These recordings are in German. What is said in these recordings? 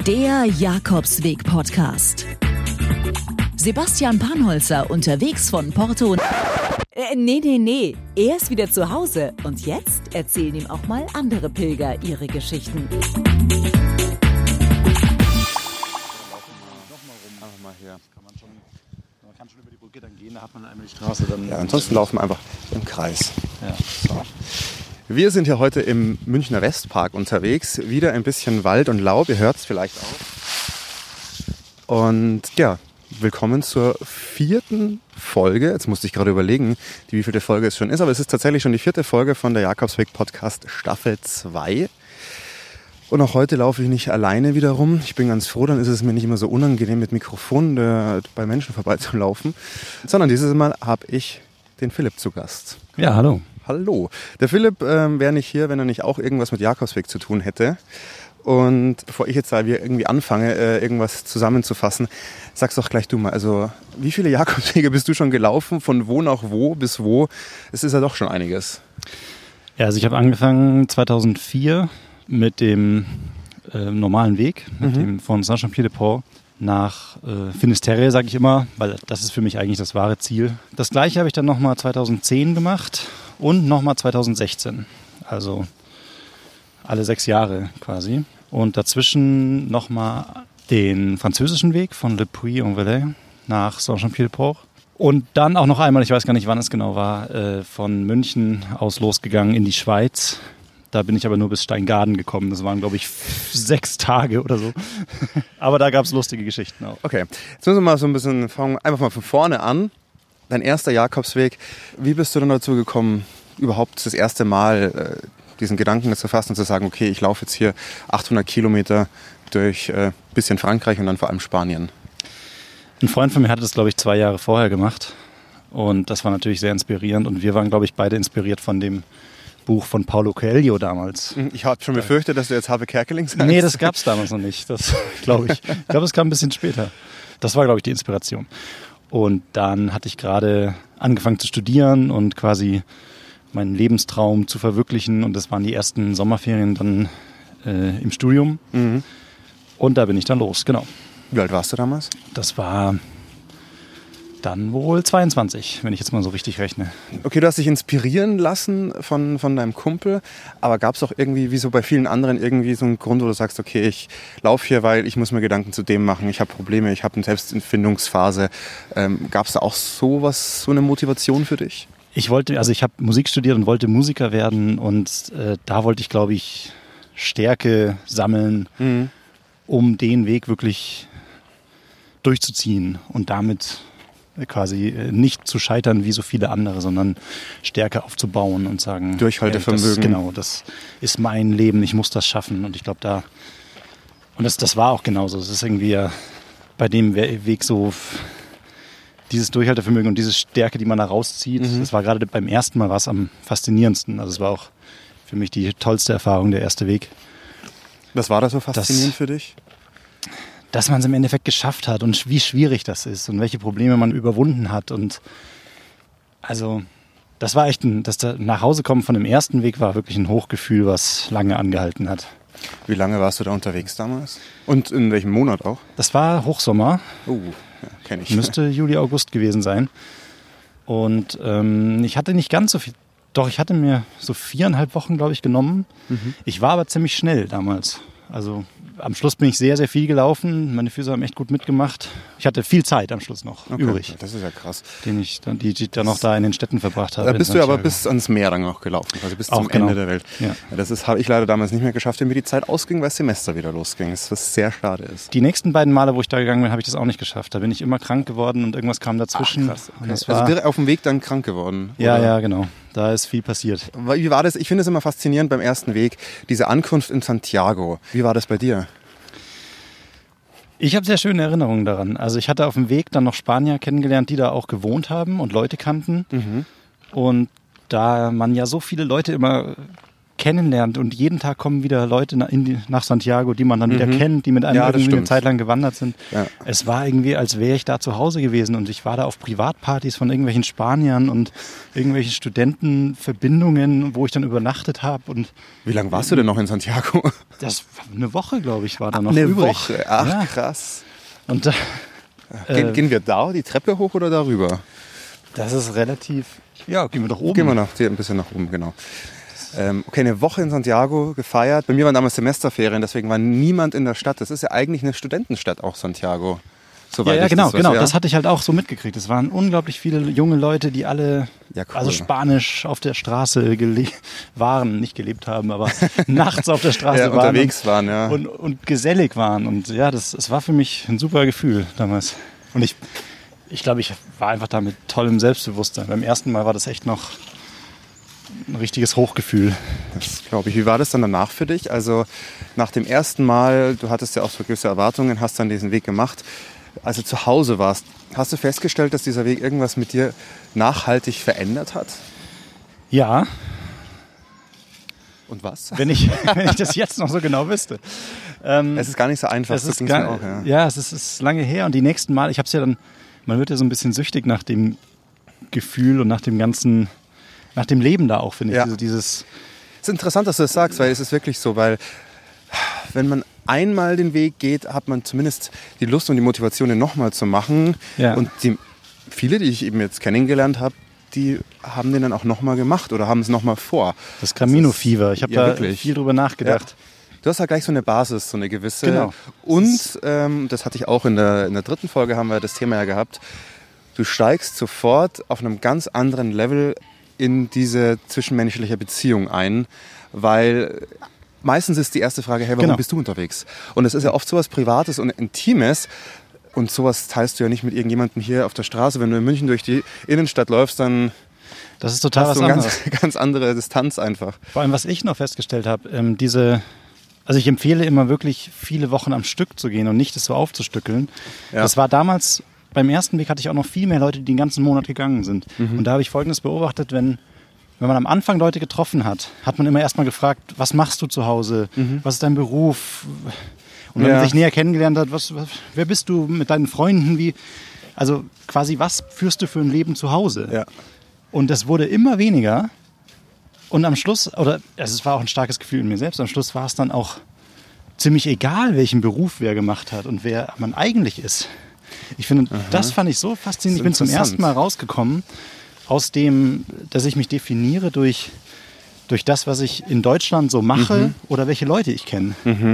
Der Jakobsweg-Podcast. Sebastian Panholzer unterwegs von Porto. Nee. Er ist wieder zu Hause. Und jetzt erzählen ihm auch mal andere Pilger ihre Geschichten. Man kann schon über die Brücke dann gehen, da hat man einmal die Straße. Ja, ansonsten laufen wir einfach im Kreis. Ja. So. Wir sind hier heute im Münchner Westpark unterwegs. Wieder ein bisschen Wald und Laub, ihr hört es vielleicht auch. Und ja, willkommen zur 4. Folge. Jetzt musste ich gerade überlegen, wie vielte Folge es schon ist. Aber es ist tatsächlich schon die 4. Folge von der Jakobsweg-Podcast Staffel 2. Und auch heute laufe ich nicht alleine wieder rum. Ich bin ganz froh, dann ist es mir nicht immer so unangenehm, mit Mikrofon bei Menschen vorbeizulaufen. Sondern dieses Mal habe ich den Philipp zu Gast. Ja, hallo. Hallo. Der Philipp wäre nicht hier, wenn er nicht auch irgendwas mit Jakobsweg zu tun hätte. Und bevor ich jetzt da irgendwie anfange, irgendwas zusammenzufassen, sag's doch gleich du mal. Also, wie viele Jakobswege bist du schon gelaufen? Von wo nach wo bis wo? Es ist ja doch schon einiges. Ja, also ich habe angefangen 2004 mit dem normalen Weg, mit dem von Saint-Jean-Pied-de-Port nach Finisterre, sage ich immer, weil das ist für mich eigentlich das wahre Ziel. Das gleiche habe ich dann nochmal 2010 gemacht und nochmal 2016. Also alle 6 Jahre quasi. Und dazwischen nochmal den französischen Weg von Le Puy-en-Velay nach Saint-Jean-Pied-de-Port. Und dann auch noch einmal, ich weiß gar nicht, wann es genau war, von München aus losgegangen in die Schweiz. Da bin ich aber nur bis Steingaden gekommen. Das waren, glaube ich, 6 Tage oder so. Aber da gab es lustige Geschichten auch. Okay, jetzt müssen wir mal so ein bisschen fangen, einfach mal von vorne an. Dein erster Jakobsweg. Wie bist du denn dazu gekommen, überhaupt das erste Mal diesen Gedanken zu fassen und zu sagen, okay, ich laufe jetzt hier 800 Kilometer durch bisschen Frankreich und dann vor allem Spanien? Ein Freund von mir hatte das, glaube ich, 2 Jahre vorher gemacht. Und das war natürlich sehr inspirierend. Und wir waren, glaube ich, beide inspiriert von dem Buch von Paulo Coelho damals. Ich habe schon befürchtet, dass du jetzt Habe Kerkeling sagst. Nee, das gab es damals noch nicht. Das glaube ich. Ich glaube, es kam ein bisschen später. Das war, glaube ich, die Inspiration. Und dann hatte ich gerade angefangen zu studieren und quasi meinen Lebenstraum zu verwirklichen. Und das waren die ersten Sommerferien dann im Studium. Mhm. Und da bin ich dann los, genau. Wie alt warst du damals? Das war dann wohl 22, wenn ich jetzt mal so richtig rechne. Okay, du hast dich inspirieren lassen von deinem Kumpel, aber gab es auch irgendwie, wie so bei vielen anderen, irgendwie so einen Grund, wo du sagst, okay, ich laufe hier, weil ich muss mir Gedanken zu dem machen, ich habe Probleme, ich habe eine Selbstfindungsphase. Gab es da auch so eine Motivation für dich? Ich habe Musik studiert und wollte Musiker werden und da wollte ich, glaube ich, Stärke sammeln, um den Weg wirklich durchzuziehen und damit quasi nicht zu scheitern wie so viele andere, sondern Stärke aufzubauen und sagen, Durchhaltevermögen. Das ist mein Leben, ich muss das schaffen. Und ich glaube das war auch genauso. Es ist irgendwie ja bei dem Weg so dieses Durchhaltevermögen und diese Stärke, die man da rauszieht. Das war gerade beim ersten Mal was am faszinierendsten. Also es war auch für mich die tollste Erfahrung, der erste Weg. Was war da so faszinierend für dich? Dass man es im Endeffekt geschafft hat und wie schwierig das ist und welche Probleme man überwunden hat. Und also das war echt das Nachhausekommen von dem ersten Weg war wirklich ein Hochgefühl, was lange angehalten hat. Wie lange warst du da unterwegs damals? Und in welchem Monat auch? Das war Hochsommer. Ja, kenne ich. Müsste Juli, August gewesen sein. Und ich hatte nicht ganz so viel. Doch, ich hatte mir so 4,5 Wochen, glaube ich, genommen. Ich war aber ziemlich schnell damals. Also am Schluss bin ich sehr, sehr viel gelaufen. Meine Füße haben echt gut mitgemacht. Ich hatte viel Zeit am Schluss noch übrig. Das ist ja krass. Die ich dann noch da in den Städten verbracht habe. Da bist du aber bis ans Meer dann auch gelaufen, also bis zum Ende der Welt. Ja. Das habe ich leider damals nicht mehr geschafft, weil mir die Zeit ausging, weil das Semester wieder losging. Was sehr schade ist. Die nächsten beiden Male, wo ich da gegangen bin, habe ich das auch nicht geschafft. Da bin ich immer krank geworden und irgendwas kam dazwischen. Ach, krass. Okay. Also auf dem Weg dann krank geworden? Oder? Ja, genau. Da ist viel passiert. Wie war das? Ich finde es immer faszinierend beim ersten Weg, diese Ankunft in Santiago. Wie war das bei dir? Ich habe sehr schöne Erinnerungen daran. Also ich hatte auf dem Weg dann noch Spanier kennengelernt, die da auch gewohnt haben und Leute kannten. Und da man ja so viele Leute immer kennenlernt und jeden Tag kommen wieder Leute nach Santiago, die man dann wieder kennt, die mit einem irgendwie eine Zeit lang gewandert sind. Ja. Es war irgendwie, als wäre ich da zu Hause gewesen und ich war da auf Privatpartys von irgendwelchen Spaniern und irgendwelchen Studentenverbindungen, wo ich dann übernachtet habe. Wie lange warst du denn noch in Santiago? Das eine Woche, glaube ich, war da noch übrig. Eine Woche? Ach, ja. Krass. Und da, gehen wir da die Treppe hoch oder darüber? Das ist relativ... Ja, gehen wir doch oben. Gehen wir ein bisschen nach oben, genau. Okay, eine Woche in Santiago gefeiert. Bei mir waren damals Semesterferien, deswegen war niemand in der Stadt. Das ist ja eigentlich eine Studentenstadt, auch Santiago. Ja, genau. Das hatte ich halt auch so mitgekriegt. Es waren unglaublich viele junge Leute, die alle also Spanisch auf der Straße nicht gelebt haben, aber nachts auf der Straße waren. Unterwegs waren, ja. Und gesellig waren. Und ja, das war für mich ein super Gefühl damals. Und ich glaube, ich war einfach da mit tollem Selbstbewusstsein. Beim ersten Mal war das echt noch ein richtiges Hochgefühl. Das glaube ich. Wie war das dann danach für dich? Also nach dem ersten Mal, du hattest ja auch so gewisse Erwartungen, hast dann diesen Weg gemacht. Als du zu Hause warst, hast du festgestellt, dass dieser Weg irgendwas mit dir nachhaltig verändert hat? Ja. Und was? Wenn ich das jetzt noch so genau wüsste. Es ist gar nicht so einfach. Es ist lange her und die nächsten Mal, ich habe es ja dann, man wird ja so ein bisschen süchtig nach dem Gefühl und nach dem ganzen, nach dem Leben da auch, finde ich. Ja. Also es ist interessant, dass du das sagst, weil es ist wirklich so, weil wenn man einmal den Weg geht, hat man zumindest die Lust und die Motivation, den nochmal zu machen. Ja. Und viele, die ich eben jetzt kennengelernt habe, die haben den dann auch nochmal gemacht oder haben es nochmal vor. Das Camino-Fever, ich habe da viel drüber nachgedacht. Ja. Du hast ja gleich so eine Basis, so eine gewisse. Genau. Und das hatte ich auch in der dritten Folge, haben wir das Thema ja gehabt, du steigst sofort auf einem ganz anderen Level in diese zwischenmenschliche Beziehung ein, weil meistens ist die erste Frage, hey, warum bist du unterwegs? Und es ist ja oft sowas Privates und Intimes und sowas teilst du ja nicht mit irgendjemandem hier auf der Straße. Wenn du in München durch die Innenstadt läufst, dann das ist total hast du eine ganz andere Distanz einfach. Vor allem, was ich noch festgestellt habe, also ich empfehle immer wirklich viele Wochen am Stück zu gehen und nicht das so aufzustückeln. Ja. Das war damals, beim ersten Weg hatte ich auch noch viel mehr Leute, die den ganzen Monat gegangen sind. Und da habe ich Folgendes beobachtet, wenn man am Anfang Leute getroffen hat, hat man immer erstmal gefragt, was machst du zu Hause? Was ist dein Beruf? Und wenn man sich näher kennengelernt hat, wer bist du mit deinen Freunden? Also quasi, was führst du für ein Leben zu Hause? Ja. Und das wurde immer weniger. Und am Schluss, es war auch ein starkes Gefühl in mir selbst, am Schluss war es dann auch ziemlich egal, welchen Beruf wer gemacht hat und wer man eigentlich ist. Ich finde, das fand ich so faszinierend. Ich bin zum ersten Mal rausgekommen aus dem, dass ich mich definiere durch das, was ich in Deutschland so mache oder welche Leute ich kenne.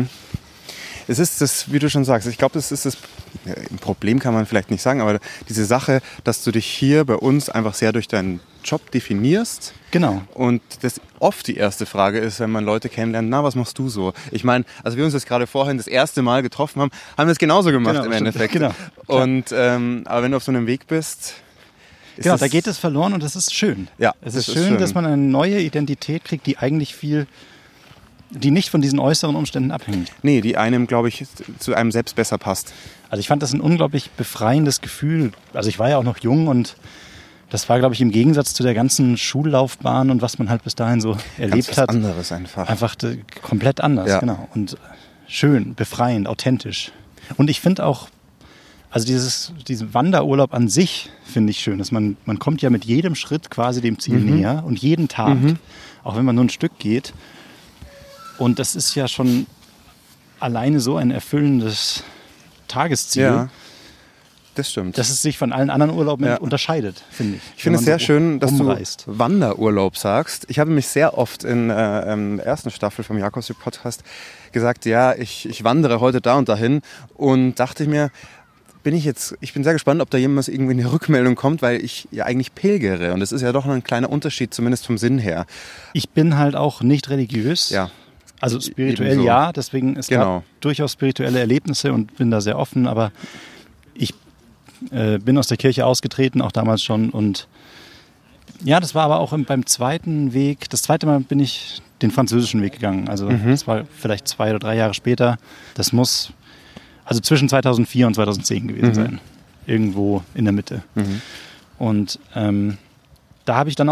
Es ist das, wie du schon sagst, ich glaube, das ist das Problem, kann man vielleicht nicht sagen, aber diese Sache, dass du dich hier bei uns einfach sehr durch deinen Job definierst. Genau. Und das oft die erste Frage ist, wenn man Leute kennenlernt, was machst du so? Ich meine, als wir uns jetzt gerade vorhin das erste Mal getroffen haben, haben wir es genauso gemacht im Endeffekt. Genau. Und, aber wenn du auf so einem Weg bist... Genau, da geht es verloren und das ist schön. Ja, es ist schön, dass man eine neue Identität kriegt, die eigentlich die nicht von diesen äußeren Umständen abhängt. Nee, die einem, glaube ich, zu einem selbst besser passt. Also ich fand das ein unglaublich befreiendes Gefühl. Also ich war ja auch noch jung und das war, glaube ich, im Gegensatz zu der ganzen Schullaufbahn und was man halt bis dahin so erlebt hat. Anderes einfach. Einfach komplett anders, genau. Und schön, befreiend, authentisch. Und ich finde auch, also diesen Wanderurlaub an sich finde ich schön. Dass man kommt ja mit jedem Schritt quasi dem Ziel näher und jeden Tag, auch wenn man nur ein Stück geht. Und das ist ja schon alleine so ein erfüllendes Tagesziel. Ja, das stimmt. Dass es sich von allen anderen Urlauben unterscheidet, finde ich. Ich finde es sehr schön, dass du Wanderurlaub sagst. Ich habe mich sehr oft in der ersten Staffel vom Jakobsweg-Podcast gesagt, ja, ich wandere heute da und dahin. Und dachte mir, ich bin sehr gespannt, ob da jemals irgendwie eine Rückmeldung kommt, weil ich ja eigentlich pilgere. Und das ist ja doch noch ein kleiner Unterschied, zumindest vom Sinn her. Ich bin halt auch nicht religiös. Ja. Also spirituell ja, deswegen es gab durchaus spirituelle Erlebnisse und bin da sehr offen, aber ich bin aus der Kirche ausgetreten, auch damals schon. Und ja, das war aber auch beim zweiten Weg. Das zweite Mal bin ich den französischen Weg gegangen. Also das war vielleicht 2 oder 3 Jahre später. Das muss also zwischen 2004 und 2010 gewesen sein. Irgendwo in der Mitte. Und da habe ich dann auch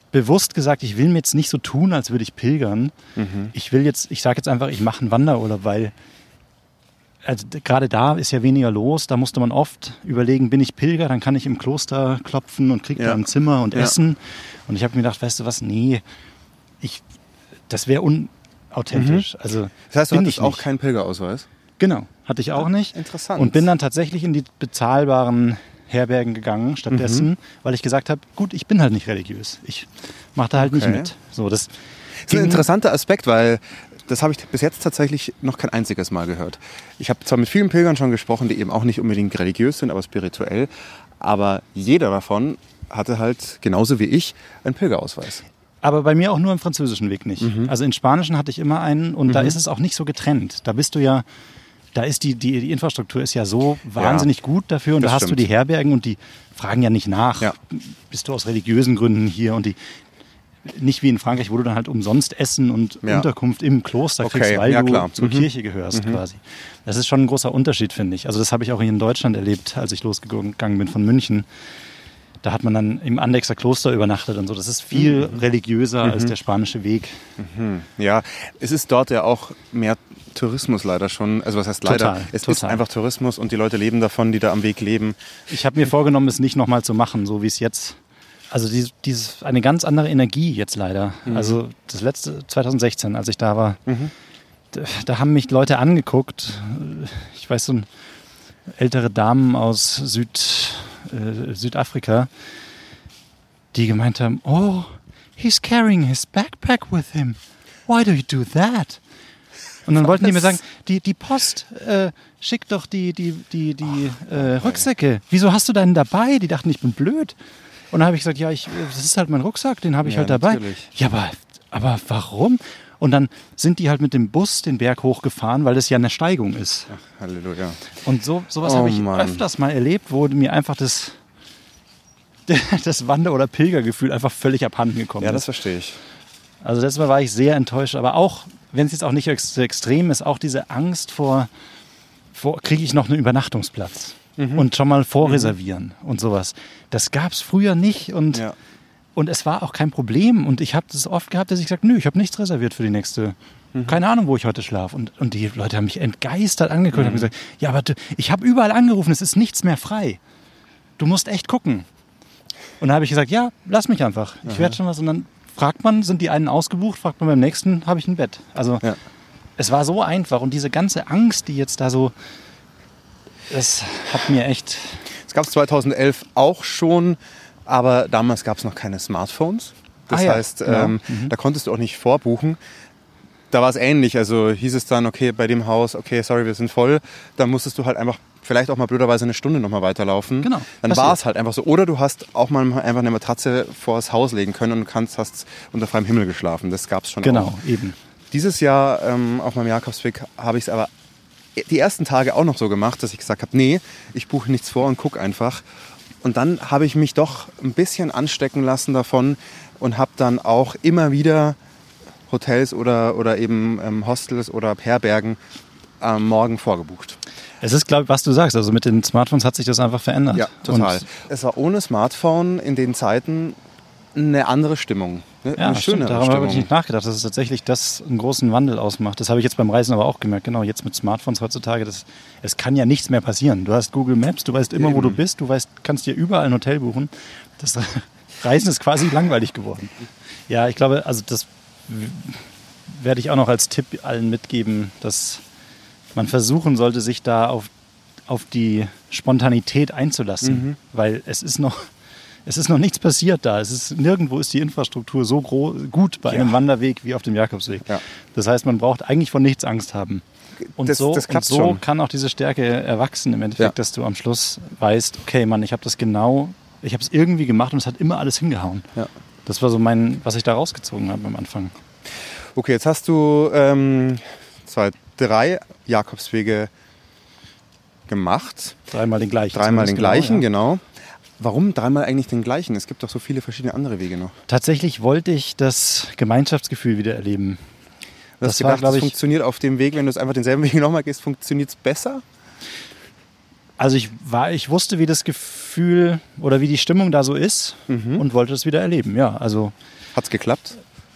bewusst gesagt, ich will mir jetzt nicht so tun, als würde ich pilgern. Ich sage jetzt einfach, ich mache einen Wanderurlaub, weil also gerade da ist ja weniger los. Da musste man oft überlegen, bin ich Pilger, dann kann ich im Kloster klopfen und kriege da ein Zimmer und Essen. Und ich habe mir gedacht, weißt du was, nee, das wäre unauthentisch. Also, das heißt, du hattest auch keinen Pilgerausweis? Genau, hatte ich auch nicht. Interessant. Und bin dann tatsächlich in die bezahlbaren Herbergen gegangen stattdessen, weil ich gesagt habe, gut, ich bin halt nicht religiös. Ich mache da halt nicht mit. So, das ist ein interessanter Aspekt, weil das habe ich bis jetzt tatsächlich noch kein einziges Mal gehört. Ich habe zwar mit vielen Pilgern schon gesprochen, die eben auch nicht unbedingt religiös sind, aber spirituell. Aber jeder davon hatte halt, genauso wie ich, einen Pilgerausweis. Aber bei mir auch nur im französischen Weg nicht. Also in Spanischen hatte ich immer einen und da ist es auch nicht so getrennt. Da bist du ja... Da ist die Infrastruktur ist ja so wahnsinnig gut dafür und da hast du die Herbergen und die fragen ja nicht nach, bist du aus religiösen Gründen hier und die nicht wie in Frankreich, wo du dann halt umsonst Essen und Unterkunft im Kloster kriegst, weil du zur Kirche gehörst quasi. Das ist schon ein großer Unterschied, finde ich. Also das habe ich auch hier in Deutschland erlebt, als ich losgegangen bin von München. Da hat man dann im Andechser Kloster übernachtet und so. Das ist viel religiöser als der spanische Weg. Ja, es ist dort ja auch mehr Tourismus leider schon. Also was heißt leider? Es ist einfach Tourismus und die Leute leben davon, die da am Weg leben. Ich habe mir vorgenommen, es nicht nochmal zu machen, so wie es jetzt... Also dieses eine ganz andere Energie jetzt leider. Also das letzte 2016, als ich da war, da haben mich Leute angeguckt. Ich weiß, so ältere Damen aus Südafrika, die gemeint haben, oh, he's carrying his backpack with him. Why do you do that? Und dann wollten die mir sagen, die Post schickt doch die Rucksäcke. Wieso hast du deinen dabei? Die dachten, ich bin blöd. Und dann habe ich gesagt, ja, das ist halt mein Rucksack, den habe ich halt dabei. Natürlich. Ja, aber warum? Und dann sind die halt mit dem Bus den Berg hochgefahren, weil das ja eine Steigung ist. Ach, Halleluja. Und sowas habe ich öfters mal erlebt, wo mir einfach das Wander- oder Pilgergefühl einfach völlig abhanden gekommen ist. Ja, das verstehe ich. Also letztes Mal war ich sehr enttäuscht, aber auch, wenn es jetzt auch nicht so extrem ist, auch diese Angst vor kriege ich noch einen Übernachtungsplatz und schon mal vorreservieren und sowas. Das gab es früher nicht und es war auch kein Problem. Und ich habe das oft gehabt, dass ich gesagt, nö, ich habe nichts reserviert für die nächste, keine Ahnung, wo ich heute schlafe. Und die Leute haben mich entgeistert angeguckt und haben gesagt, ja, aber ich habe überall angerufen, es ist nichts mehr frei. Du musst echt gucken. Und dann habe ich gesagt, ja, lass mich einfach. Ich werde schon was. Und dann fragt man, sind die einen ausgebucht, fragt man beim nächsten, habe ich ein Bett. Also es war so einfach. Und diese ganze Angst, die jetzt da so, das hat mir echt... Es gab es 2011 auch schon, aber damals gab es noch keine Smartphones. Das heißt, da konntest du auch nicht vorbuchen. Da war es ähnlich. Also hieß es dann, okay, bei dem Haus, okay, sorry, wir sind voll. Dann musstest du halt einfach vielleicht auch mal blöderweise eine Stunde nochmal weiterlaufen. Genau. Dann war es halt einfach so. Oder du hast auch mal einfach eine Matratze vor das Haus legen können und hast unter freiem Himmel geschlafen. Das gab es schon auch. Genau, eben. Dieses Jahr auf meinem Jakobsweg habe ich es aber die ersten Tage auch noch so gemacht, dass ich gesagt habe, nee, ich buche nichts vor und gucke einfach. Und dann habe ich mich doch ein bisschen anstecken lassen davon und habe dann auch immer wieder Hotels oder eben Hostels oder Herbergen am Morgen vorgebucht. Es ist, glaube ich, was du sagst. Also mit den Smartphones hat sich das einfach verändert. Ja, total. Es war ohne Smartphone in den Zeiten eine andere Stimmung. Eine schönere Darüber habe ich nicht nachgedacht, dass es tatsächlich einen großen Wandel ausmacht. Das habe ich jetzt beim Reisen aber auch gemerkt. Genau, jetzt mit Smartphones heutzutage, es kann ja nichts mehr passieren. Du hast Google Maps, du weißt immer, wo du bist, kannst dir überall ein Hotel buchen. Das Reisen ist quasi langweilig geworden. Ja, ich glaube, also das werde ich auch noch als Tipp allen mitgeben, dass man versuchen sollte, sich da auf die Spontanität einzulassen. Weil es ist noch nichts passiert da. Nirgendwo ist die Infrastruktur so gut bei einem Wanderweg wie auf dem Jakobsweg. Ja. Das heißt, man braucht eigentlich vor nichts Angst haben. Und das klappt so kann auch diese Stärke erwachsen im Endeffekt, dass du am Schluss weißt, okay, Mann, ich habe es irgendwie gemacht und es hat immer alles hingehauen. Ja. Das war so was ich da rausgezogen habe am Anfang. Okay, jetzt hast du 3 Jakobswege gemacht. Dreimal den gleichen. Dreimal den gleichen, genau. Warum dreimal eigentlich den gleichen? Es gibt doch so viele verschiedene andere Wege noch. Tatsächlich wollte ich das Gemeinschaftsgefühl wieder erleben. Das funktioniert auf dem Weg, wenn du es einfach denselben Weg nochmal gehst, funktioniert es besser? Also ich wusste, wie das Gefühl Gefühl oder wie die Stimmung da so ist und wollte das wieder erleben. Ja, also Hat's geklappt?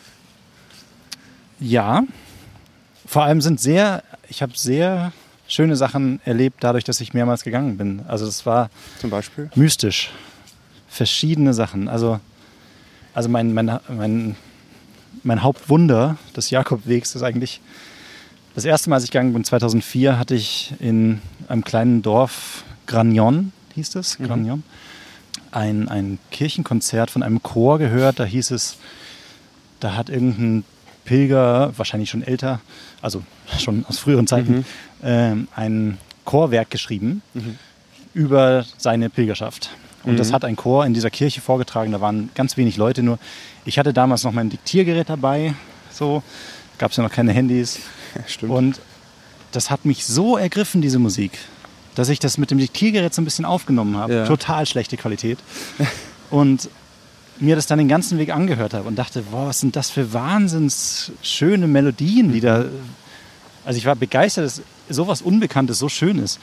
ja. Vor allem ich habe sehr schöne Sachen erlebt, dadurch, dass ich mehrmals gegangen bin. Also das war Zum Beispiel? mystisch. Verschiedene Sachen. Also mein Hauptwunder des Jakobwegs ist eigentlich, das erste Mal, als ich gegangen bin, 2004, hatte ich in einem kleinen Dorf, Gragnon hieß es, Gragnon, ein Kirchenkonzert von einem Chor gehört. Da hieß es, da hat irgendein Pilger, wahrscheinlich schon älter, also schon aus früheren Zeiten, ein Chorwerk geschrieben über seine Pilgerschaft. Und das hat ein Chor in dieser Kirche vorgetragen. Da waren ganz wenig Leute nur. Ich hatte damals noch mein Diktiergerät dabei. So gab es ja noch keine Handys. Stimmt. Und das hat mich so ergriffen, diese Musik, dass ich das mit dem Diktiergerät so ein bisschen aufgenommen habe. Ja. Total schlechte Qualität. Und mir das dann den ganzen Weg angehört habe und dachte, boah, was sind das für wahnsinns schöne Melodien, die da... Also ich war begeistert, dass sowas Unbekanntes so schön ist.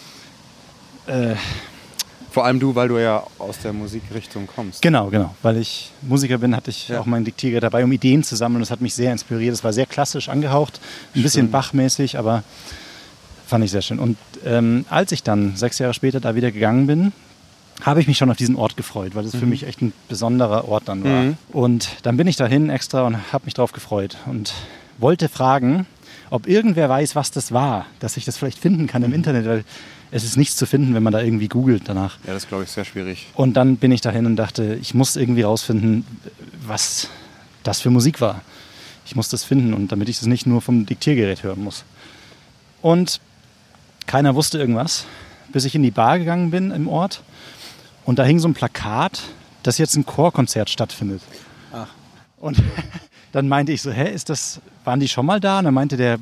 Vor allem du, weil du ja aus der Musikrichtung kommst. Genau. Weil ich Musiker bin, hatte ich auch mein Diktiergerät dabei, um Ideen zu sammeln. Das hat mich sehr inspiriert. Es war sehr klassisch angehaucht, ein bisschen Bach-mäßig, aber fand ich sehr schön. Und als ich dann 6 Jahre später da wieder gegangen bin, habe ich mich schon auf diesen Ort gefreut, weil das für mich echt ein besonderer Ort dann war. Und dann bin ich dahin extra und habe mich drauf gefreut und wollte fragen, ob irgendwer weiß, was das war, dass ich das vielleicht finden kann im Internet, weil es ist nichts zu finden, wenn man da irgendwie googelt danach. Ja, das ist, glaube ich, sehr schwierig. Und dann bin ich dahin und dachte, ich muss irgendwie rausfinden, was das für Musik war. Ich muss das finden, und damit ich das nicht nur vom Diktiergerät hören muss. Und keiner wusste irgendwas, bis ich in die Bar gegangen bin im Ort. Und da hing so ein Plakat, dass jetzt ein Chorkonzert stattfindet. Ach. Und dann meinte ich so, waren die schon mal da? Und dann meinte der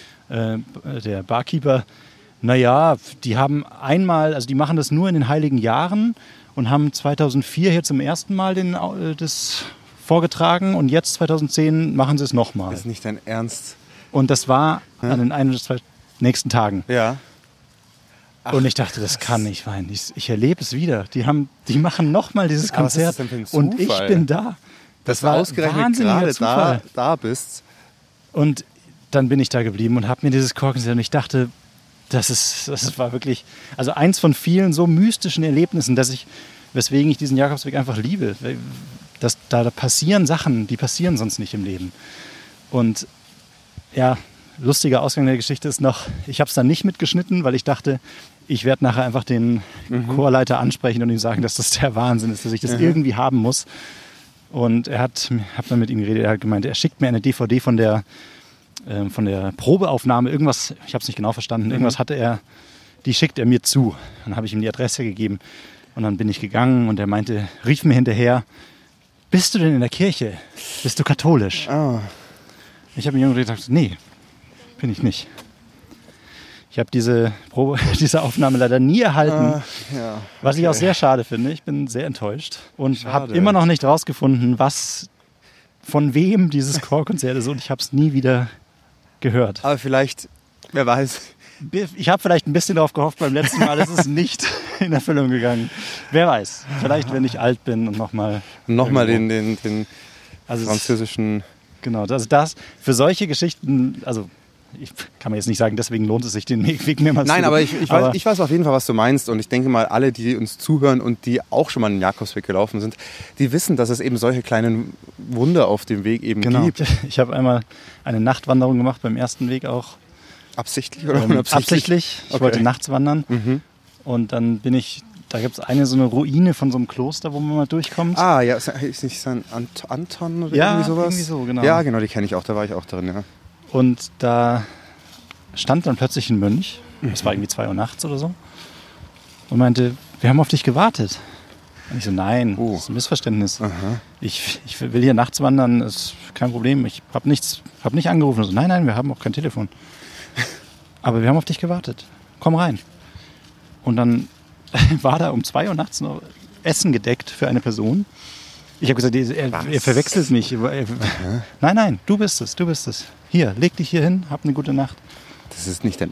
Barkeeper, naja, die haben die machen das nur in den Heiligen Jahren und haben 2004 hier zum ersten Mal das vorgetragen und jetzt 2010 machen sie es nochmal. Das ist nicht dein Ernst. Und das war an den ein oder zwei nächsten Tagen. Ja. Ach, und ich dachte, das kann nicht sein. Ich erlebe es wieder. Die machen nochmal dieses Aber was ist Konzert das denn für ein und ich Zufall? bin da. Das war ausgerechnet wahnsinniger gerade Zufall. da bist. Und dann bin ich da geblieben und habe mir dieses Chorkonzert, und ich dachte, das war wirklich, also eins von vielen so mystischen Erlebnissen, weswegen ich diesen Jakobsweg einfach liebe. Da passieren Sachen, die passieren sonst nicht im Leben. Und ja, lustiger Ausgang der Geschichte ist noch, ich habe es dann nicht mitgeschnitten, weil ich dachte, ich werde nachher einfach den Chorleiter ansprechen und ihm sagen, dass das der Wahnsinn ist, dass ich das irgendwie haben muss. Und habe dann mit ihm geredet, er hat gemeint, er schickt mir eine DVD von der Probeaufnahme, irgendwas, ich habe es nicht genau verstanden, irgendwas die schickt er mir zu. Dann habe ich ihm die Adresse gegeben und dann bin ich gegangen und er rief mir hinterher, bist du denn in der Kirche? Bist du katholisch? Oh. Ich habe ihm gesagt, nee, bin ich nicht. Ich habe diese Aufnahme leider nie erhalten, was ich auch sehr schade finde. Ich bin sehr enttäuscht und habe immer noch nicht rausgefunden, von wem dieses Chorkonzert ist, und ich habe es nie wieder gehört. Aber vielleicht, wer weiß. Ich habe vielleicht ein bisschen darauf gehofft beim letzten Mal, ist es nicht in Erfüllung gegangen. Wer weiß, vielleicht wenn ich alt bin und nochmal den französischen... Genau, das für solche Geschichten, also ich kann mir jetzt nicht sagen, deswegen lohnt es sich, den Weg mehrmals zu gehen. Nein, aber ich weiß auf jeden Fall, was du meinst. Und ich denke mal, alle, die uns zuhören und die auch schon mal den Jakobsweg gelaufen sind, die wissen, dass es eben solche kleinen Wunder auf dem Weg eben gibt. Ich habe einmal eine Nachtwanderung gemacht, beim ersten Weg auch. Absichtlich oder unabsichtlich? Absichtlich. Ich wollte nachts wandern. Und dann da gibt es so eine Ruine von so einem Kloster, wo man mal durchkommt. Ah, ja, ist nicht St. Anton oder irgendwie sowas? Irgendwie so, genau. Ja, genau, die kenne ich auch, da war ich auch drin, ja. Und da stand dann plötzlich ein Mönch, das war irgendwie 2 Uhr nachts oder so, und meinte, wir haben auf dich gewartet. Und ich so, nein, das ist ein Missverständnis. Ich will hier nachts wandern, ist kein Problem. Ich habe nicht angerufen. So, nein, wir haben auch kein Telefon. Aber wir haben auf dich gewartet. Komm rein. Und dann war da um 2 Uhr nachts noch Essen gedeckt für eine Person. Ich habe gesagt, ihr verwechselt mich. Nein, du bist es. Hier, leg dich hier hin, hab eine gute Nacht. Das ist nicht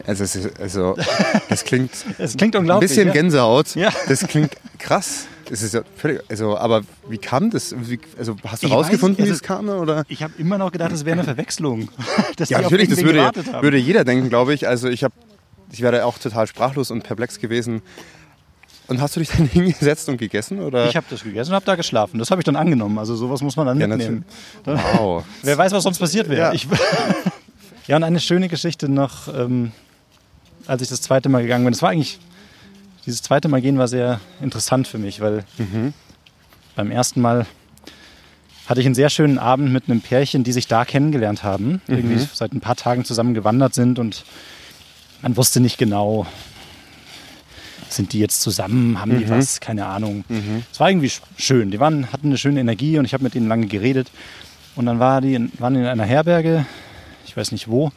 das klingt Es klingt ein unglaublich. bisschen ja? Gänsehaut. Ja. Das klingt krass. Es ist ja völlig, aber wie kam das? Hast du Ich rausgefunden, weiß, wie es kam? Oder? Ich habe immer noch gedacht, es wäre eine Verwechslung. Dass Ja, die auf natürlich, das irgendwen gewartet haben. würde jeder denken, glaube ich. Also ich wäre auch total sprachlos und perplex gewesen. Und hast du dich dann hingesetzt und gegessen? Oder? Ich habe das gegessen und habe da geschlafen. Das habe ich dann angenommen. Also sowas muss man dann Ja, mitnehmen. Wow. Wer weiß, was sonst passiert wäre. Ja. Ja, und eine schöne Geschichte noch, als ich das zweite Mal gegangen bin. Dieses zweite Mal gehen war sehr interessant für mich, weil beim ersten Mal hatte ich einen sehr schönen Abend mit einem Pärchen, die sich da kennengelernt haben. Irgendwie seit ein paar Tagen zusammen gewandert sind und man wusste nicht genau, sind die jetzt zusammen, haben die was, keine Ahnung. Es war irgendwie schön. Die hatten eine schöne Energie und ich habe mit denen lange geredet. Und dann waren die in einer Herberge, ich weiß nicht wo,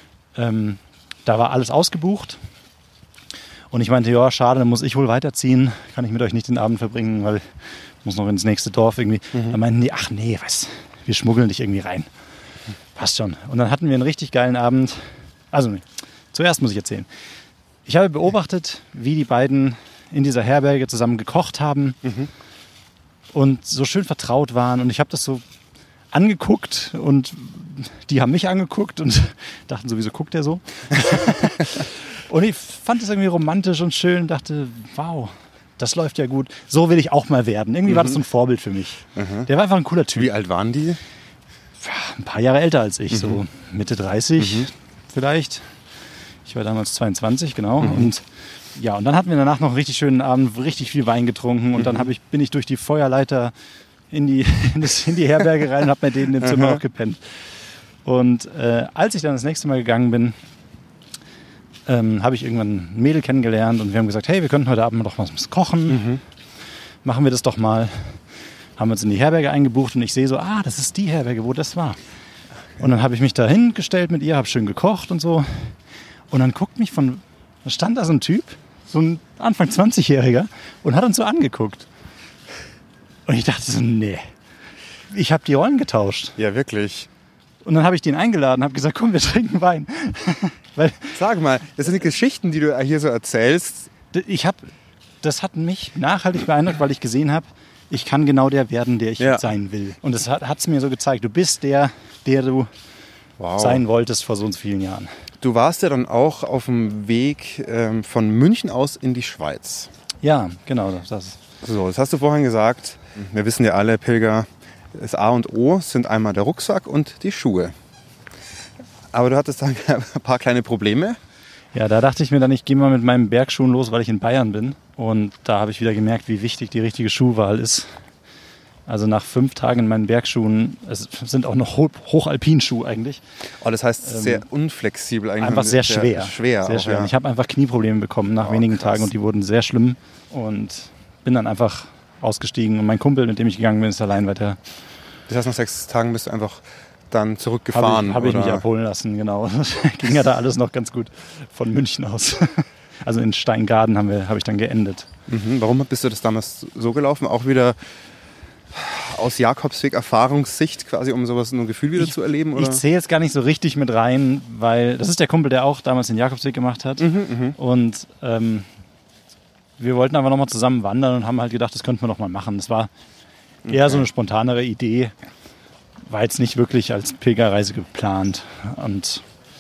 da war alles ausgebucht. Und ich meinte, ja, schade, dann muss ich wohl weiterziehen. Kann ich mit euch nicht den Abend verbringen, weil ich muss noch ins nächste Dorf irgendwie. Dann meinten die, ach nee, wir schmuggeln dich irgendwie rein. Passt schon. Und dann hatten wir einen richtig geilen Abend. Also nee, zuerst muss ich erzählen. Ich habe beobachtet, wie die beiden in dieser Herberge zusammen gekocht haben und so schön vertraut waren. Und ich habe das so angeguckt und die haben mich angeguckt und dachten so, wieso guckt der so? Und ich fand es irgendwie romantisch und schön und dachte, wow, das läuft ja gut. So will ich auch mal werden. Irgendwie war das so ein Vorbild für mich. Der war einfach ein cooler Typ. Wie alt waren die? Ein paar Jahre älter als ich, so Mitte 30 vielleicht. Ich war damals 22, genau. Und ja, und dann hatten wir danach noch einen richtig schönen Abend, richtig viel Wein getrunken und dann bin ich durch die Feuerleiter in die Herberge rein und habe mit denen im Zimmer auch gepennt. Und als ich dann das nächste Mal gegangen bin, habe ich irgendwann ein Mädel kennengelernt und wir haben gesagt, hey, wir könnten heute Abend doch mal was kochen. Machen wir das doch mal. Haben uns in die Herberge eingebucht und ich sehe so, das ist die Herberge, wo das war. Und dann habe ich mich da hingestellt mit ihr, habe schön gekocht und so. Und dann da stand da so ein Typ, so ein Anfang 20-Jähriger und hat uns so angeguckt. Und ich dachte so, nee, ich habe die Rollen getauscht. Ja, wirklich. Und dann habe ich den eingeladen, habe gesagt, komm, wir trinken Wein. Weil Sag mal, das sind die Geschichten, die du hier so erzählst. das hat mich nachhaltig beeindruckt, weil ich gesehen habe, ich kann genau der werden, der ich sein will. Und das hat es mir so gezeigt, du bist der du sein wolltest vor so vielen Jahren. Du warst ja dann auch auf dem Weg von München aus in die Schweiz. Ja, genau. So, das hast du vorhin gesagt. Wir wissen ja alle, Pilger, das A und O sind einmal der Rucksack und die Schuhe. Aber du hattest dann ein paar kleine Probleme. Ja, da dachte ich mir dann, ich gehe mal mit meinen Bergschuhen los, weil ich in Bayern bin. Und da habe ich wieder gemerkt, wie wichtig die richtige Schuhwahl ist. Also nach 5 Tagen in meinen Bergschuhen, es sind auch noch Hochalpinschuhe eigentlich. Oh, das heißt sehr unflexibel eigentlich. Einfach sehr schwer. Sehr schwer. Und ich habe einfach Knieprobleme bekommen nach wenigen Tagen und die wurden sehr schlimm. Und bin dann einfach ausgestiegen und mein Kumpel, mit dem ich gegangen bin, ist allein weiter. Das heißt, nach 6 Tagen bist du einfach dann zurückgefahren? Habe ich mich abholen lassen, genau. Das ging ja da alles noch ganz gut von München aus. Also in Steingaden habe ich dann geendet. Warum bist du das damals so gelaufen? Auch wieder aus Jakobsweg-Erfahrungssicht quasi, um sowas, ein Gefühl wieder zu erleben? Oder? Ich zähle jetzt gar nicht so richtig mit rein, weil das ist der Kumpel, der auch damals den Jakobsweg gemacht hat. Und wir wollten einfach nochmal zusammen wandern und haben halt gedacht, das könnten wir noch mal machen. Das war eher so eine spontanere Idee. War jetzt nicht wirklich als Pilgerreise geplant. Und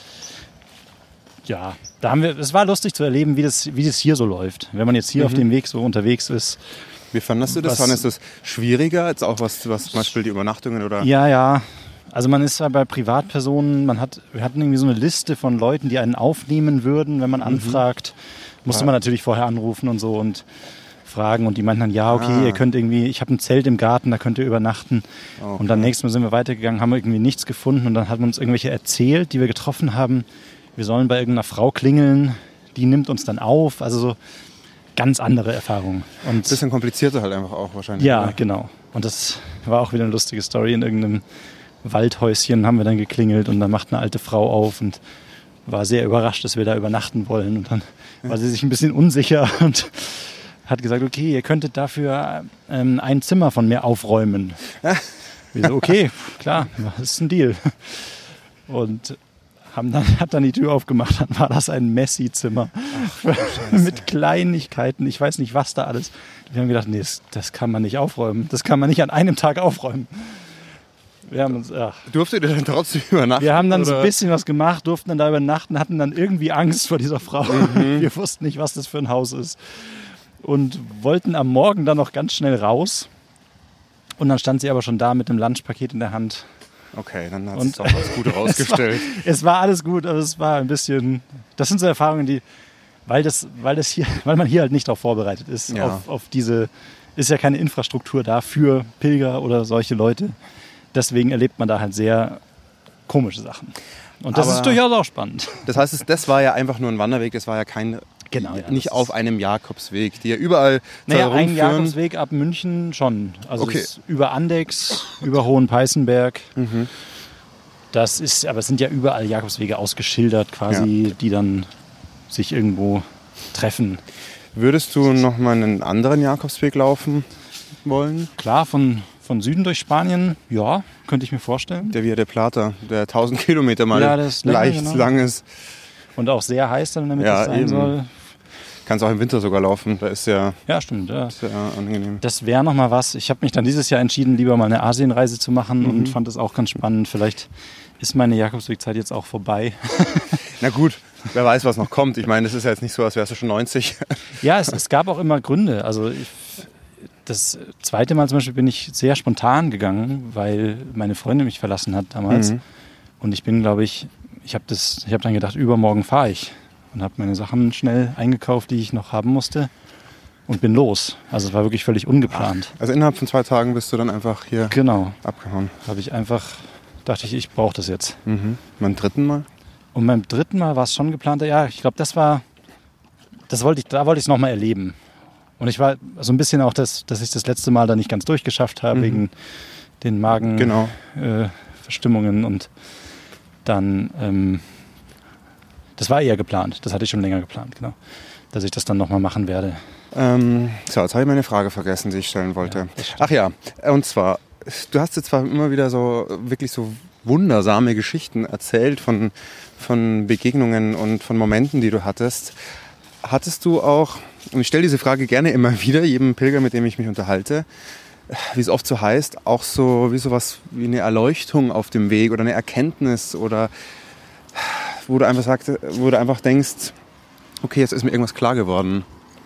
ja, es war lustig zu erleben, wie das hier so läuft. Wenn man jetzt hier auf dem Weg so unterwegs ist. Wie fandest du das? Fandest du das schwieriger, jetzt auch was zum Beispiel die Übernachtungen oder? Ja. Also man ist ja bei Privatpersonen, wir hatten irgendwie so eine Liste von Leuten, die einen aufnehmen würden, wenn man anfragt. Musste man natürlich vorher anrufen und so und fragen. Und die meinten dann, ja, okay, ihr könnt irgendwie, ich habe ein Zelt im Garten, da könnt ihr übernachten. Okay. Und dann nächstes Mal sind wir weitergegangen, haben irgendwie nichts gefunden. Und dann hat man uns irgendwelche erzählt, die wir getroffen haben. Wir sollen bei irgendeiner Frau klingeln, die nimmt uns dann auf. Also so ganz andere Erfahrungen. Und ein bisschen komplizierter halt einfach auch wahrscheinlich. Ja, oder? Genau. Und das war auch wieder eine lustige Story. In irgendeinem Waldhäuschen haben wir dann geklingelt und dann macht eine alte Frau auf und war sehr überrascht, dass wir da übernachten wollen. Und dann war sie sich ein bisschen unsicher und hat gesagt, okay, ihr könntet dafür ein Zimmer von mir aufräumen. Wir so, okay, klar, das ist ein Deal. Und hat dann die Tür aufgemacht, dann war das ein Messi-Zimmer mit Kleinigkeiten. Ich weiß nicht, was da alles. Wir haben gedacht, nee, das kann man nicht aufräumen. Das kann man nicht an einem Tag aufräumen. Wir haben uns, Durftet ihr dann trotzdem übernachten? Wir haben dann so ein bisschen was gemacht, durften dann da übernachten, hatten dann irgendwie Angst vor dieser Frau. Wir wussten nicht, was das für ein Haus ist. Und wollten am Morgen dann noch ganz schnell raus. Und dann stand sie aber schon da mit dem Lunchpaket in der Hand. Okay, dann hat es doch was Gutes rausgestellt. Es war alles gut, aber es war ein bisschen... Das sind so Erfahrungen, die... Weil man hier halt nicht darauf vorbereitet ist. Ja. Auf diese... Ist ja keine Infrastruktur da für Pilger oder solche Leute. Deswegen erlebt man da halt sehr komische Sachen. Und das ist durchaus auch spannend. Das heißt, das war ja einfach nur ein Wanderweg, das war ja kein... Genau, ja, nicht auf einem Jakobsweg, die ja überall rumführen. Ein rumführen. Jakobsweg ab München schon. Also okay. Über Andex, über Hohenpeißenberg. Das ist, aber es sind ja überall Jakobswege ausgeschildert quasi, die dann sich irgendwo treffen. Würdest du noch mal einen anderen Jakobsweg laufen wollen? Klar, von Süden durch Spanien, ja, könnte ich mir vorstellen. Der Via de Plata, der 1000 Kilometer mal leicht lang ist. Und auch sehr heiß dann, damit das sein soll. Kannst auch im Winter sogar laufen, da ist ja stimmt, ja. Sehr angenehm. Das wäre noch mal was. Ich habe mich dann dieses Jahr entschieden, lieber mal eine Asienreise zu machen und fand das auch ganz spannend. Vielleicht ist meine Jakobswegzeit jetzt auch vorbei. Na gut, wer weiß, was noch kommt. Ich meine, es ist ja jetzt nicht so, als wärst du schon 90. Ja, es gab auch immer Gründe. Also das zweite Mal zum Beispiel bin ich sehr spontan gegangen, weil meine Freundin mich verlassen hat damals. Und ich bin, glaube ich, ich habe dann gedacht, übermorgen fahre ich. Und habe meine Sachen schnell eingekauft, die ich noch haben musste. Und bin los. Also es war wirklich völlig ungeplant. Also innerhalb von 2 Tagen bist du dann einfach hier abgehauen. Dachte ich brauche das jetzt. Beim 3. Mal? Und beim 3. Mal war es schon geplant. Ja, ich glaube, da wollte ich es nochmal erleben. Und ich war so ein bisschen auch, dass ich das letzte Mal da nicht ganz durchgeschafft habe, wegen den Magenverstimmungen. Und dann, das war eher geplant. Das hatte ich schon länger geplant, genau. Dass ich das dann nochmal machen werde. Jetzt habe ich meine Frage vergessen, die ich stellen wollte. Ach ja, und zwar, du hast jetzt zwar immer wieder so wirklich so wundersame Geschichten erzählt von Begegnungen und von Momenten, die du hattest. Hattest du auch, und ich stelle diese Frage gerne immer wieder, jedem Pilger, mit dem ich mich unterhalte, wie es oft so heißt, auch so wie sowas wie eine Erleuchtung auf dem Weg oder eine Erkenntnis oder wo du einfach denkst, okay, jetzt ist mir irgendwas klar geworden.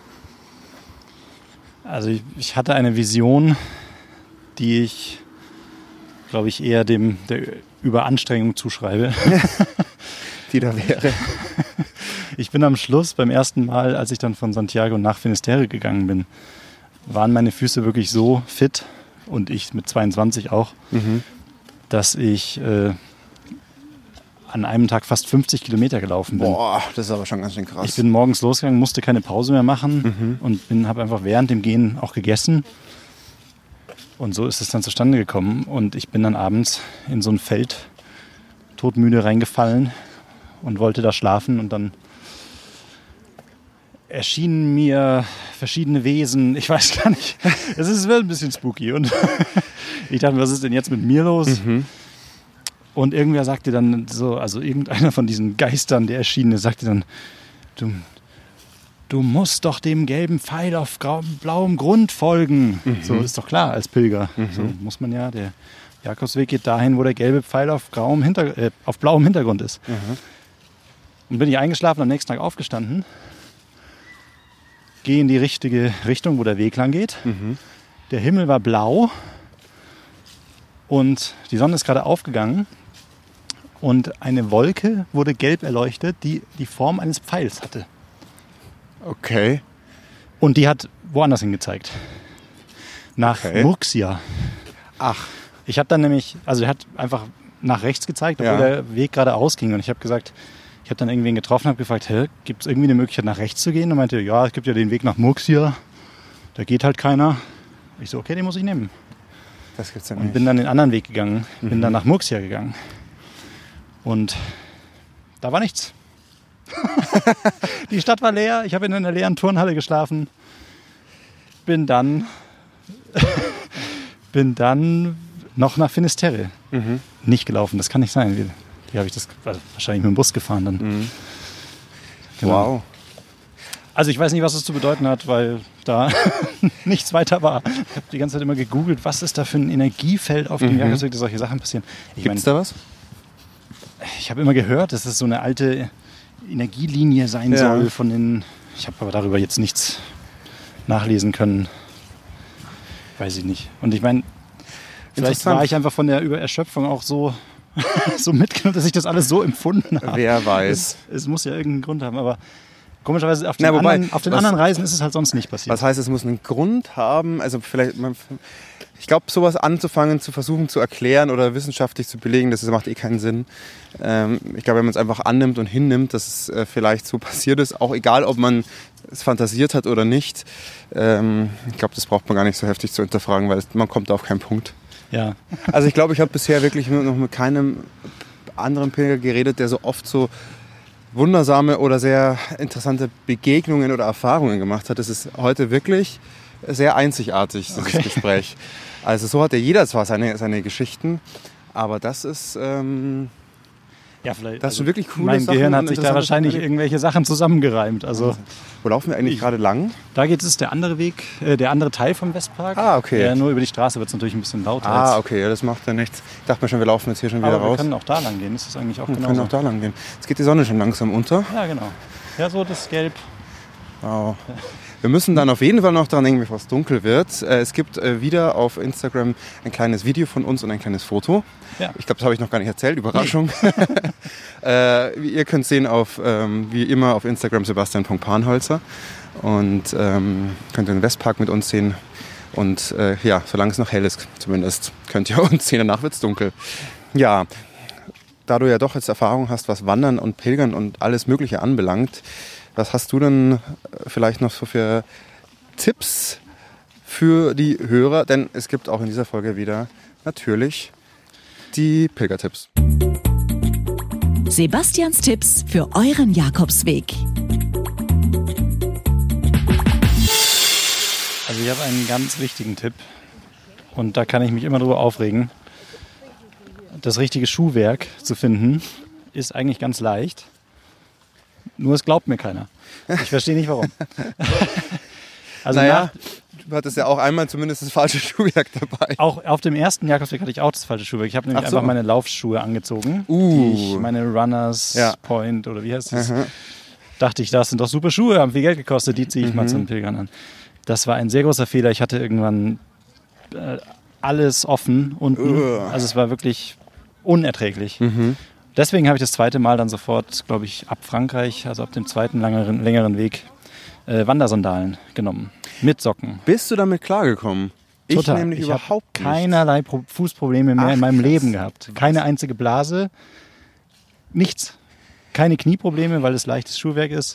Also ich hatte eine Vision, die ich, glaube ich, eher der Überanstrengung zuschreibe. Die da wäre. Ich bin am Schluss, beim ersten Mal, als ich dann von Santiago nach Finisterre gegangen bin, waren meine Füße wirklich so fit und ich mit 22 auch, dass ich an einem Tag fast 50 Kilometer gelaufen bin. Boah, das ist aber schon ganz schön krass. Ich bin morgens losgegangen, musste keine Pause mehr machen und habe einfach während dem Gehen auch gegessen. Und so ist es dann zustande gekommen. Und ich bin dann abends in so ein Feld todmüde reingefallen und wollte da schlafen. Und dann erschienen mir verschiedene Wesen. Ich weiß gar nicht. Es wird ein bisschen spooky. Und ich dachte, was ist denn jetzt mit mir los? Und irgendwer sagte dann so, also irgendeiner von diesen Geistern, der erschienen ist, sagte dann, du musst doch dem gelben Pfeil auf blauem Grund folgen. So ist doch klar als Pilger. So muss man ja, der Jakobsweg geht dahin, wo der gelbe Pfeil auf blauem Hintergrund ist. Und bin ich eingeschlafen, am nächsten Tag aufgestanden, gehe in die richtige Richtung, wo der Weg lang geht. Der Himmel war blau und die Sonne ist gerade aufgegangen. Und eine Wolke wurde gelb erleuchtet, die die Form eines Pfeils hatte. Okay. Und die hat woanders hingezeigt. Nach Murcia. Ach. Ich habe dann nämlich, also er hat einfach nach rechts gezeigt, obwohl der Weg geradeaus ging. Und ich habe gesagt, ich habe dann irgendwen getroffen, habe gefragt, gibt es irgendwie eine Möglichkeit nach rechts zu gehen? Und meinte, ja, es gibt ja den Weg nach Murcia. Da geht halt keiner. Ich so, okay, den muss ich nehmen. Das gibt's ja nicht. Und bin dann den anderen Weg gegangen, bin dann nach Murcia gegangen. Und da war nichts. Die Stadt war leer, ich habe in einer leeren Turnhalle geschlafen. Bin dann noch nach Finisterre. Nicht gelaufen, das kann nicht sein. Die habe ich wahrscheinlich mit dem Bus gefahren dann. Mhm. Genau. Wow. Also ich weiß nicht, was es zu bedeuten hat, weil da nichts weiter war. Ich habe die ganze Zeit immer gegoogelt, was ist da für ein Energiefeld auf dem Jakobsweg, dass solche Sachen passieren. Gibt es da was? Ich habe immer gehört, dass es so eine alte Energielinie sein soll von den... Ich habe aber darüber jetzt nichts nachlesen können. Weiß ich nicht. Und ich meine, vielleicht war ich einfach von der Übererschöpfung auch so mitgenommen, dass ich das alles so empfunden habe. Wer weiß. Es muss ja irgendeinen Grund haben, aber komischerweise auf den anderen Reisen ist es halt sonst nicht passiert. Was heißt, es muss einen Grund haben? Also vielleicht, ich glaube, sowas anzufangen, zu versuchen zu erklären oder wissenschaftlich zu belegen, das macht keinen Sinn. Ich glaube, wenn man es einfach annimmt und hinnimmt, dass es vielleicht so passiert ist, auch egal, ob man es fantasiert hat oder nicht, ich glaube, das braucht man gar nicht so heftig zu hinterfragen, weil man kommt auf keinen Punkt. Ja. Also ich glaube, ich habe bisher wirklich noch mit keinem anderen Pilger geredet, der so oft so wundersame oder sehr interessante Begegnungen oder Erfahrungen gemacht hat. Das ist heute wirklich sehr einzigartig, dieses Gespräch. Also so hat ja jeder zwar seine Geschichten, aber das ist... Ja, vielleicht. Das ist schon wirklich cool. Mein Gehirn hat sich da wahrscheinlich irgendwelche Sachen zusammengereimt. Also, wo laufen wir eigentlich gerade lang? Da geht es der andere Weg, der andere Teil vom Westpark. Ah, okay. Ja, nur über die Straße wird es natürlich ein bisschen lauter. Ah, okay, ja, das macht ja nichts. Ich dachte mir schon, wir laufen jetzt hier schon wieder raus. Wir können auch da lang gehen, das ist eigentlich auch genauso. Wir können auch da lang gehen. Jetzt geht die Sonne schon langsam unter. Ja, genau. Ja, so das Gelb. Wow. Wir müssen dann auf jeden Fall noch daran denken, bevor es dunkel wird. Es gibt wieder auf Instagram ein kleines Video von uns und ein kleines Foto. Ja. Ich glaube, das habe ich noch gar nicht erzählt. Überraschung. Ihr könnt sehen wie immer auf Instagram sebastian.panholzer und könnt den Westpark mit uns sehen. Und solange es noch hell ist zumindest, könnt ihr uns sehen. Danach wird es dunkel. Ja, da du ja doch jetzt Erfahrung hast, was Wandern und Pilgern und alles Mögliche anbelangt, was hast du denn vielleicht noch so für Tipps für die Hörer? Denn es gibt auch in dieser Folge wieder natürlich die Pilgertipps. Sebastians Tipps für euren Jakobsweg. Also ich habe einen ganz wichtigen Tipp und da kann ich mich immer drüber aufregen. Das richtige Schuhwerk zu finden ist eigentlich ganz leicht. Nur es glaubt mir keiner. Ich verstehe nicht, warum. Also du hattest ja auch einmal zumindest das falsche Schuhwerk dabei. Auch auf dem ersten Jakobsweg hatte ich auch das falsche Schuhwerk. Ich habe nämlich einfach meine Laufschuhe angezogen. Meine Runners Point oder wie heißt das? Dachte ich, das sind doch super Schuhe, haben viel Geld gekostet, die ziehe ich mal zum Pilgern an. Das war ein sehr großer Fehler. Ich hatte irgendwann alles offen unten. Also es war wirklich unerträglich. Deswegen habe ich das zweite Mal dann sofort, glaube ich, ab Frankreich, also ab dem zweiten längeren Weg, Wandersandalen genommen. Mit Socken. Bist du damit klargekommen? Total. Ich nämlich überhaupt nicht. Keinerlei Fußprobleme mehr in meinem Leben gehabt. Keine einzige Blase. Nichts. Keine Knieprobleme, weil es leichtes Schuhwerk ist.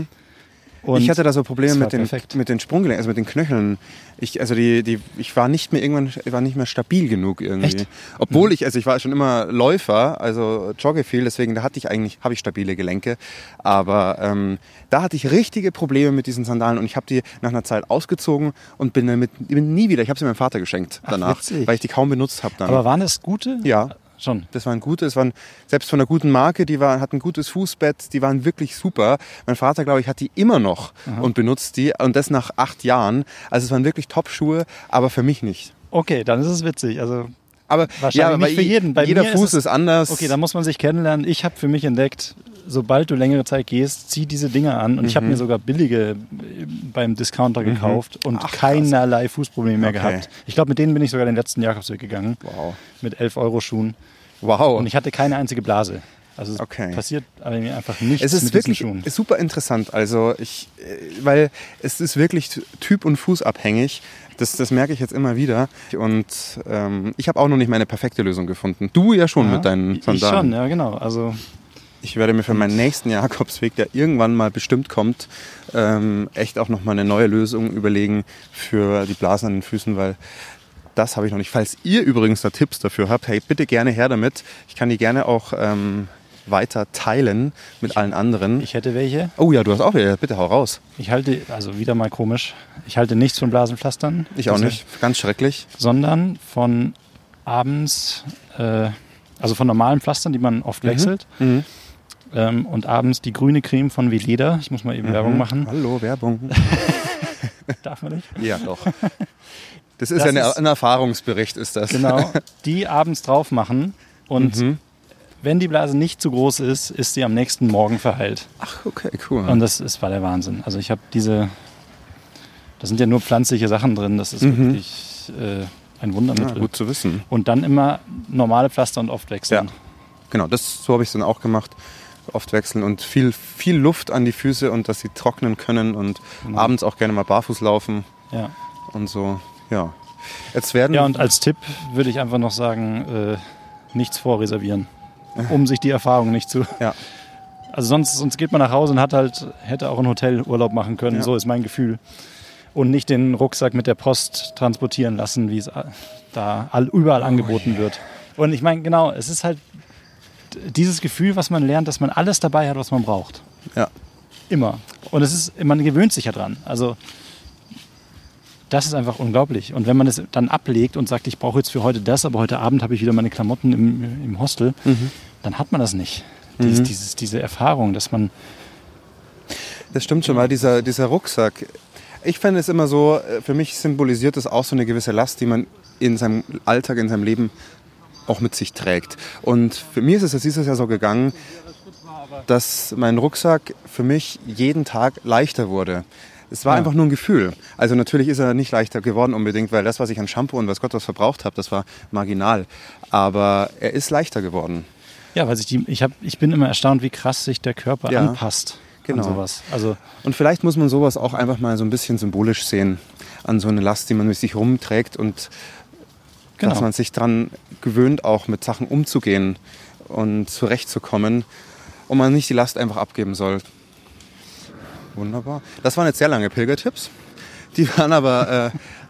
Und ich hatte da so Probleme mit den Sprunggelenken, also mit den Knöcheln. Ich war nicht mehr stabil genug irgendwie. Echt? Obwohl ich war schon immer Läufer, also jogge viel, deswegen habe ich stabile Gelenke. Aber da hatte ich richtige Probleme mit diesen Sandalen und ich habe die nach einer Zeit ausgezogen und bin nie wieder. Ich habe sie meinem Vater geschenkt danach, weil ich die kaum benutzt habe dann. Aber waren es gute? Ja. Schon. Das waren gute, selbst von einer guten Marke, hatten ein gutes Fußbett, die waren wirklich super. Mein Vater, glaube ich, hat die immer noch und benutzt die und das nach 8 Jahren. Also es waren wirklich Top-Schuhe, aber für mich nicht. Okay, dann ist es witzig. Also aber wahrscheinlich nicht für jeden. Bei jeder mir Fuß ist anders. Okay, da muss man sich kennenlernen. Ich habe für mich entdeckt, sobald du längere Zeit gehst, zieh diese Dinger an. Und ich habe mir sogar billige beim Discounter gekauft und keinerlei Fußprobleme mehr gehabt. Ich glaube, mit denen bin ich sogar den letzten Jakobsweg gegangen. Wow. Mit 11 € Schuhen. Wow. Und ich hatte keine einzige Blase. Also es passiert aber mir einfach nichts es ist mit wirklich diesen Schuhen. Super interessant. Also weil es ist wirklich typ- und fußabhängig. Das merke ich jetzt immer wieder. Und ich habe auch noch nicht meine perfekte Lösung gefunden. Du ja schon mit deinen Sandalen. Ich schon, ja genau. Also ich werde mir für meinen nächsten Jakobsweg, der irgendwann mal bestimmt kommt, echt auch nochmal eine neue Lösung überlegen für die Blasen an den Füßen, weil das habe ich noch nicht. Falls ihr übrigens da Tipps dafür habt, hey, bitte gerne her damit. Ich kann die gerne auch weiter teilen mit allen anderen. Ich hätte welche. Oh ja, du hast auch welche. Bitte hau raus. Ich halte, also wieder mal komisch, ich halte nichts von Blasenpflastern. Ich auch nicht. Ganz schrecklich. Sondern von abends, Also von normalen Pflastern, die man oft wechselt. Und abends die grüne Creme von Veleda. Ich muss mal eben Werbung machen. Hallo, Werbung. Darf man nicht? Ja, doch. Das ist ein Erfahrungsbericht, ist das. Genau. Die abends drauf machen und wenn die Blase nicht zu groß ist, ist sie am nächsten Morgen verheilt. Ach, okay, cool. Und das war der Wahnsinn. Also ich habe da sind ja nur pflanzliche Sachen drin. Das ist wirklich ein Wundermittel. Gut zu wissen. Und dann immer normale Pflaster und oft wechseln. Ja, genau. So habe ich es dann auch gemacht. Oft wechseln und viel Luft an die Füße und dass sie trocknen können und abends auch gerne mal barfuß laufen. Ja. Und so, ja. Und als Tipp würde ich einfach noch sagen, nichts vorreservieren, um sich die Erfahrung nicht zu... Ja. Also sonst geht man nach Hause und hätte auch einen Hotelurlaub machen können, so ist mein Gefühl. Und nicht den Rucksack mit der Post transportieren lassen, wie es da überall angeboten wird. Und ich meine, genau, es ist halt dieses Gefühl, was man lernt, dass man alles dabei hat, was man braucht. Ja. Immer. Und man gewöhnt sich ja dran. Also das ist einfach unglaublich. Und wenn man es dann ablegt und sagt, ich brauche jetzt für heute das, aber heute Abend habe ich wieder meine Klamotten im Hostel, dann hat man das nicht. Diese Erfahrung, dass man... Das stimmt schon, weil dieser Rucksack, ich finde es immer so, für mich symbolisiert das auch so eine gewisse Last, die man in seinem Alltag, in seinem Leben auch mit sich trägt. Und für mich ist es jetzt dieses Jahr so gegangen, dass mein Rucksack für mich jeden Tag leichter wurde. Es war einfach nur ein Gefühl. Also natürlich ist er nicht leichter geworden unbedingt, weil das, was ich an Shampoo und was Gott was verbraucht habe, das war marginal. Aber er ist leichter geworden. Ja, weil ich bin immer erstaunt, wie krass sich der Körper anpasst. Genau. An sowas. Also, und vielleicht muss man sowas auch einfach mal so ein bisschen symbolisch sehen, an so eine Last, die man mit sich rumträgt und dass man sich daran gewöhnt, auch mit Sachen umzugehen und zurechtzukommen und man nicht die Last einfach abgeben soll. Wunderbar. Das waren jetzt sehr lange Pilgertipps. Die waren aber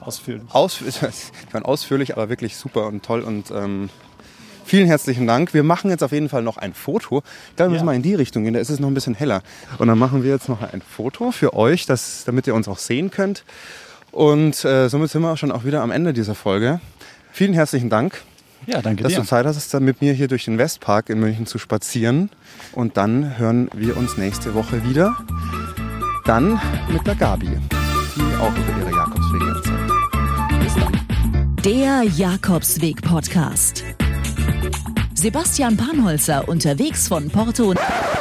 ausführlich, aber wirklich super und toll und vielen herzlichen Dank. Wir machen jetzt auf jeden Fall noch ein Foto. Ich glaube, wir müssen mal in die Richtung gehen, da ist es noch ein bisschen heller. Und dann machen wir jetzt noch ein Foto für euch, damit ihr uns auch sehen könnt. Und somit sind wir auch schon wieder am Ende dieser Folge. Vielen herzlichen Dank, danke dass dir. du Zeit hast, mit mir hier durch den Westpark in München zu spazieren. Und dann hören wir uns nächste Woche wieder. Dann mit der Gabi, die auch über ihre Jakobswege erzählt. Bis dann. Der Jakobsweg-Podcast. Sebastian Panholzer unterwegs von Porto.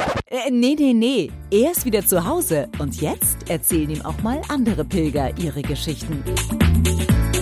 Nee. Er ist wieder zu Hause. Und jetzt erzählen ihm auch mal andere Pilger ihre Geschichten.